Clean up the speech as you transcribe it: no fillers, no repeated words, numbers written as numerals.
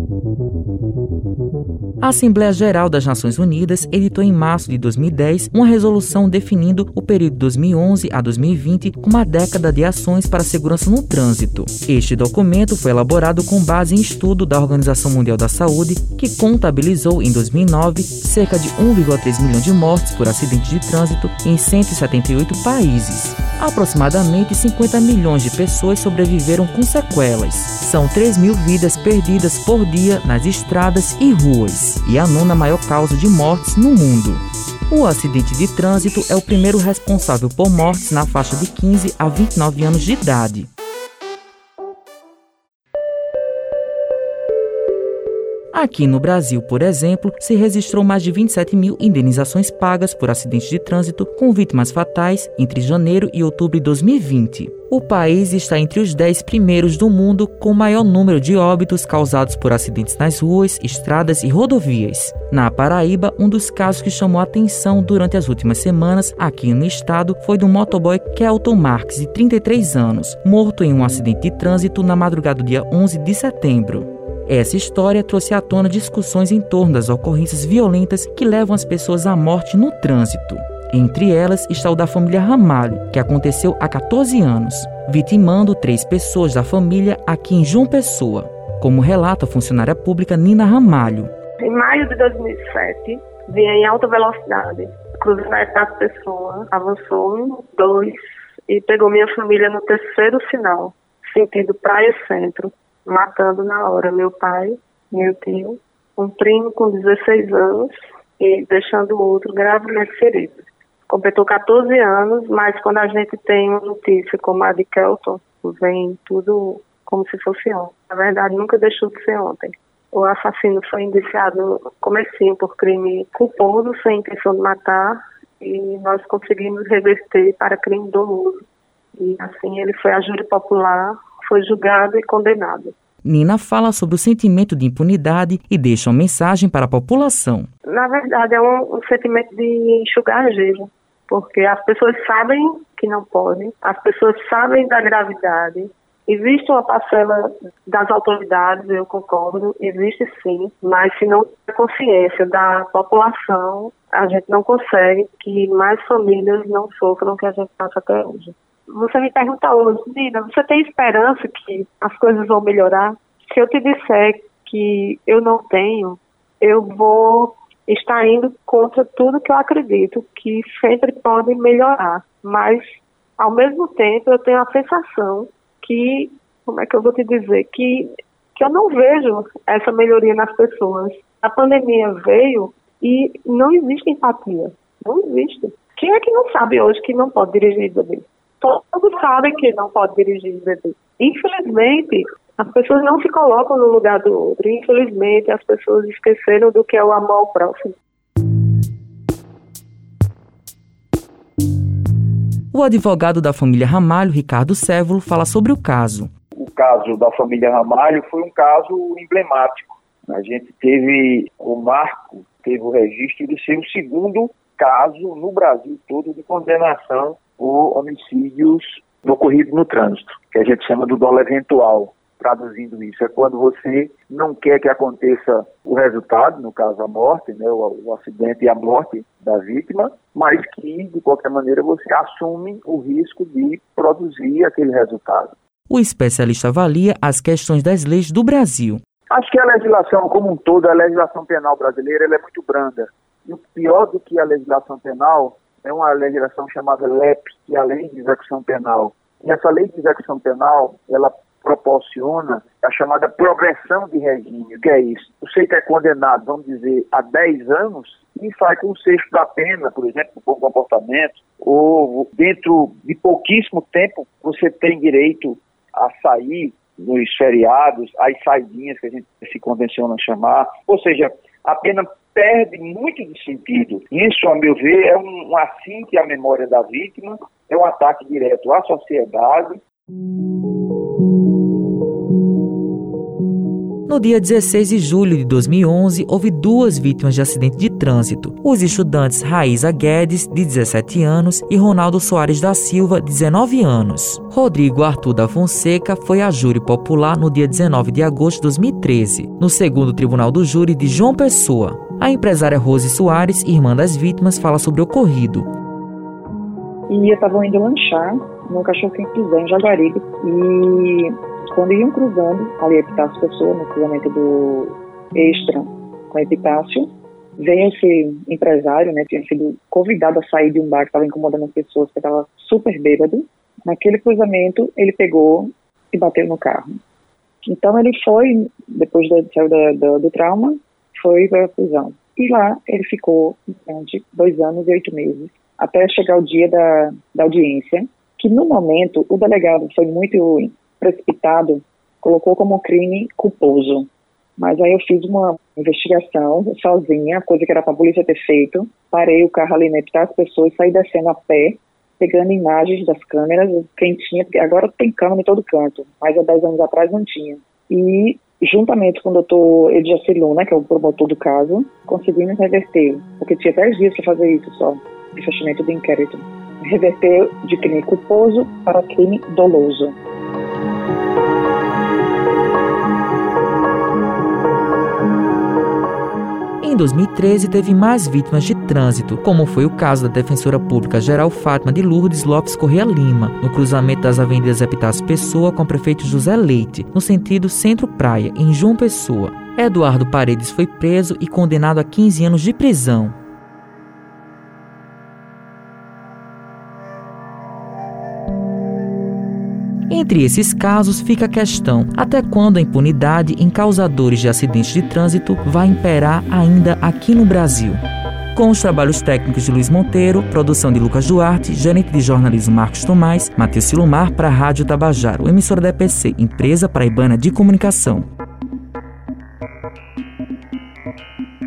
A Assembleia Geral das Nações Unidas editou em março de 2010 uma resolução definindo o período de 2011 a 2020 como a década de ações para a segurança no trânsito. Este documento foi elaborado com base em estudo da Organização Mundial da Saúde, que contabilizou em 2009 cerca de 1,3 milhão de mortes por acidentes de trânsito em 178 países. Aproximadamente 50 milhões de pessoas sobreviveram com sequelas. São 3 mil vidas perdidas por dia nas estradas e ruas, e a nona maior causa de mortes no mundo. O acidente de trânsito é o primeiro responsável por mortes na faixa de 15 a 29 anos de idade. Aqui no Brasil, por exemplo, se registrou mais de 27 mil indenizações pagas por acidentes de trânsito com vítimas fatais entre janeiro e outubro de 2020. O país está entre os 10 primeiros do mundo com o maior número de óbitos causados por acidentes nas ruas, estradas e rodovias. Na Paraíba, um dos casos que chamou a atenção durante as últimas semanas aqui no estado foi do motoboy Kelton Marques, de 33 anos, morto em um acidente de trânsito na madrugada do dia 11 de setembro. Essa história trouxe à tona discussões em torno das ocorrências violentas que levam as pessoas à morte no trânsito. Entre elas está o da família Ramalho, que aconteceu há 14 anos, vitimando 3 pessoas da família aqui em João Pessoa, como relata a funcionária pública Nina Ramalho. Em maio de 2007, vinha em alta velocidade, cruzando as pessoas, avançou 2 e pegou minha família no terceiro sinal, sentido Praia Centro, matando na hora meu pai, meu tio, um primo com 16 anos e deixando o outro gravemente ferido. Completou 14 anos, mas quando a gente tem uma notícia como a de Kelton, vem tudo como se fosse ontem. Na verdade, nunca deixou de ser ontem. O assassino foi indiciado no comecinho por crime culposo, sem intenção de matar, e nós conseguimos reverter para crime doloso. E assim ele foi a júri popular, foi julgado e condenado. Nina fala sobre o sentimento de impunidade e deixa uma mensagem para a população. Na verdade, é um sentimento de enxugar gelo, porque as pessoas sabem que não podem, as pessoas sabem da gravidade. Existe uma parcela das autoridades, eu concordo, existe sim, mas se não tem consciência da população, a gente não consegue que mais famílias não sofram o que a gente passa até hoje. Você me pergunta hoje, Nina, você tem esperança que as coisas vão melhorar? Se eu te disser que eu não tenho, eu vou estar indo contra tudo que eu acredito, que sempre pode melhorar. Mas, ao mesmo tempo, eu tenho a sensação que, como é que eu vou te dizer, que eu não vejo essa melhoria nas pessoas. A pandemia veio e não existe empatia. Não existe. Quem é que não sabe hoje que não pode dirigir bebê? Todos sabem que não pode dirigir bebê. Infelizmente, as pessoas não se colocam no lugar do outro. Infelizmente, as pessoas esqueceram do que é o amor ao próximo. O advogado da família Ramalho, Ricardo Sévolo, fala sobre o caso. O caso da família Ramalho foi um caso emblemático. A gente teve o marco, teve o registro de ser o segundo caso no Brasil todo de condenação por homicídios ocorridos no trânsito, que a gente chama do dolo eventual. Traduzindo isso, é quando você não quer que aconteça o resultado, no caso a morte, né, o acidente e a morte da vítima, mas que, de qualquer maneira, você assume o risco de produzir aquele resultado. O especialista avalia as questões das leis do Brasil. Acho que a legislação como um todo, a legislação penal brasileira, ela é muito branda. E o pior do que a legislação penal é uma legislação chamada LEP, que é a Lei de Execução Penal. E essa Lei de Execução Penal, ela proporciona a chamada progressão de regime. O que é isso? O sujeito é condenado, vamos dizer, a 10 anos e sai com um sexto da pena, por exemplo, por bom comportamento, ou dentro de pouquíssimo tempo você tem direito a sair nos feriados, as saidinhas que a gente se convenciona a chamar. Ou seja, a pena perde muito de sentido. Isso, a meu ver, é um assinte à memória da vítima, é um ataque direto à sociedade. No No dia 16 de julho de 2011, houve 2 vítimas de acidente de trânsito. Os estudantes Raíza Guedes, de 17 anos, e Ronaldo Soares da Silva, de 19 anos. Rodrigo Arthur da Fonseca foi a júri popular no dia 19 de agosto de 2013, no 2º Tribunal do Júri de João Pessoa. A empresária Rose Soares, irmã das vítimas, fala sobre o ocorrido. E eu estava indo lanchar no Cachorro Quente do Zé, em Jaguaribe, e quando iam cruzando ali a Epitácio Pessoa, no cruzamento do Extra com a Epitácio, veio esse empresário, né, tinha sido convidado a sair de um bar que estava incomodando as pessoas, que estava super bêbado. Naquele cruzamento, ele pegou e bateu no carro. Então ele foi, depois saiu do trauma, foi para a prisão. E lá ele ficou durante 2 anos e 8 meses, até chegar o dia da audiência, que no momento o delegado foi muito precipitado, colocou como crime culposo. Mas aí eu fiz uma investigação sozinha, coisa que era para a polícia ter feito. Parei o carro ali na Epitácio Pessoa e saí descendo a pé, pegando imagens das câmeras, quem tinha, porque agora tem câmera em todo canto, mas há 10 anos atrás não tinha. E juntamente com o doutor Edjaci Luna, que é o promotor do caso, conseguimos reverter, porque tinha 10 dias para fazer isso só, de fechamento do inquérito. Reverter de crime culposo para crime doloso. Em 2013, teve mais vítimas de trânsito, como foi o caso da defensora pública geral Fátima de Lourdes Lopes Corrêa Lima, no cruzamento das avenidas Epitácio Pessoa com o prefeito José Leite, no sentido Centro-Praia, em João Pessoa. Eduardo Paredes foi preso e condenado a 15 anos de prisão. Entre esses casos fica a questão: até quando a impunidade em causadores de acidentes de trânsito vai imperar ainda aqui no Brasil? Com os trabalhos técnicos de Luiz Monteiro, produção de Lucas Duarte, gerente de jornalismo Marcos Tomás, Matheus Silomar para a Rádio Tabajaro, emissora da EPC, empresa paraibana de comunicação.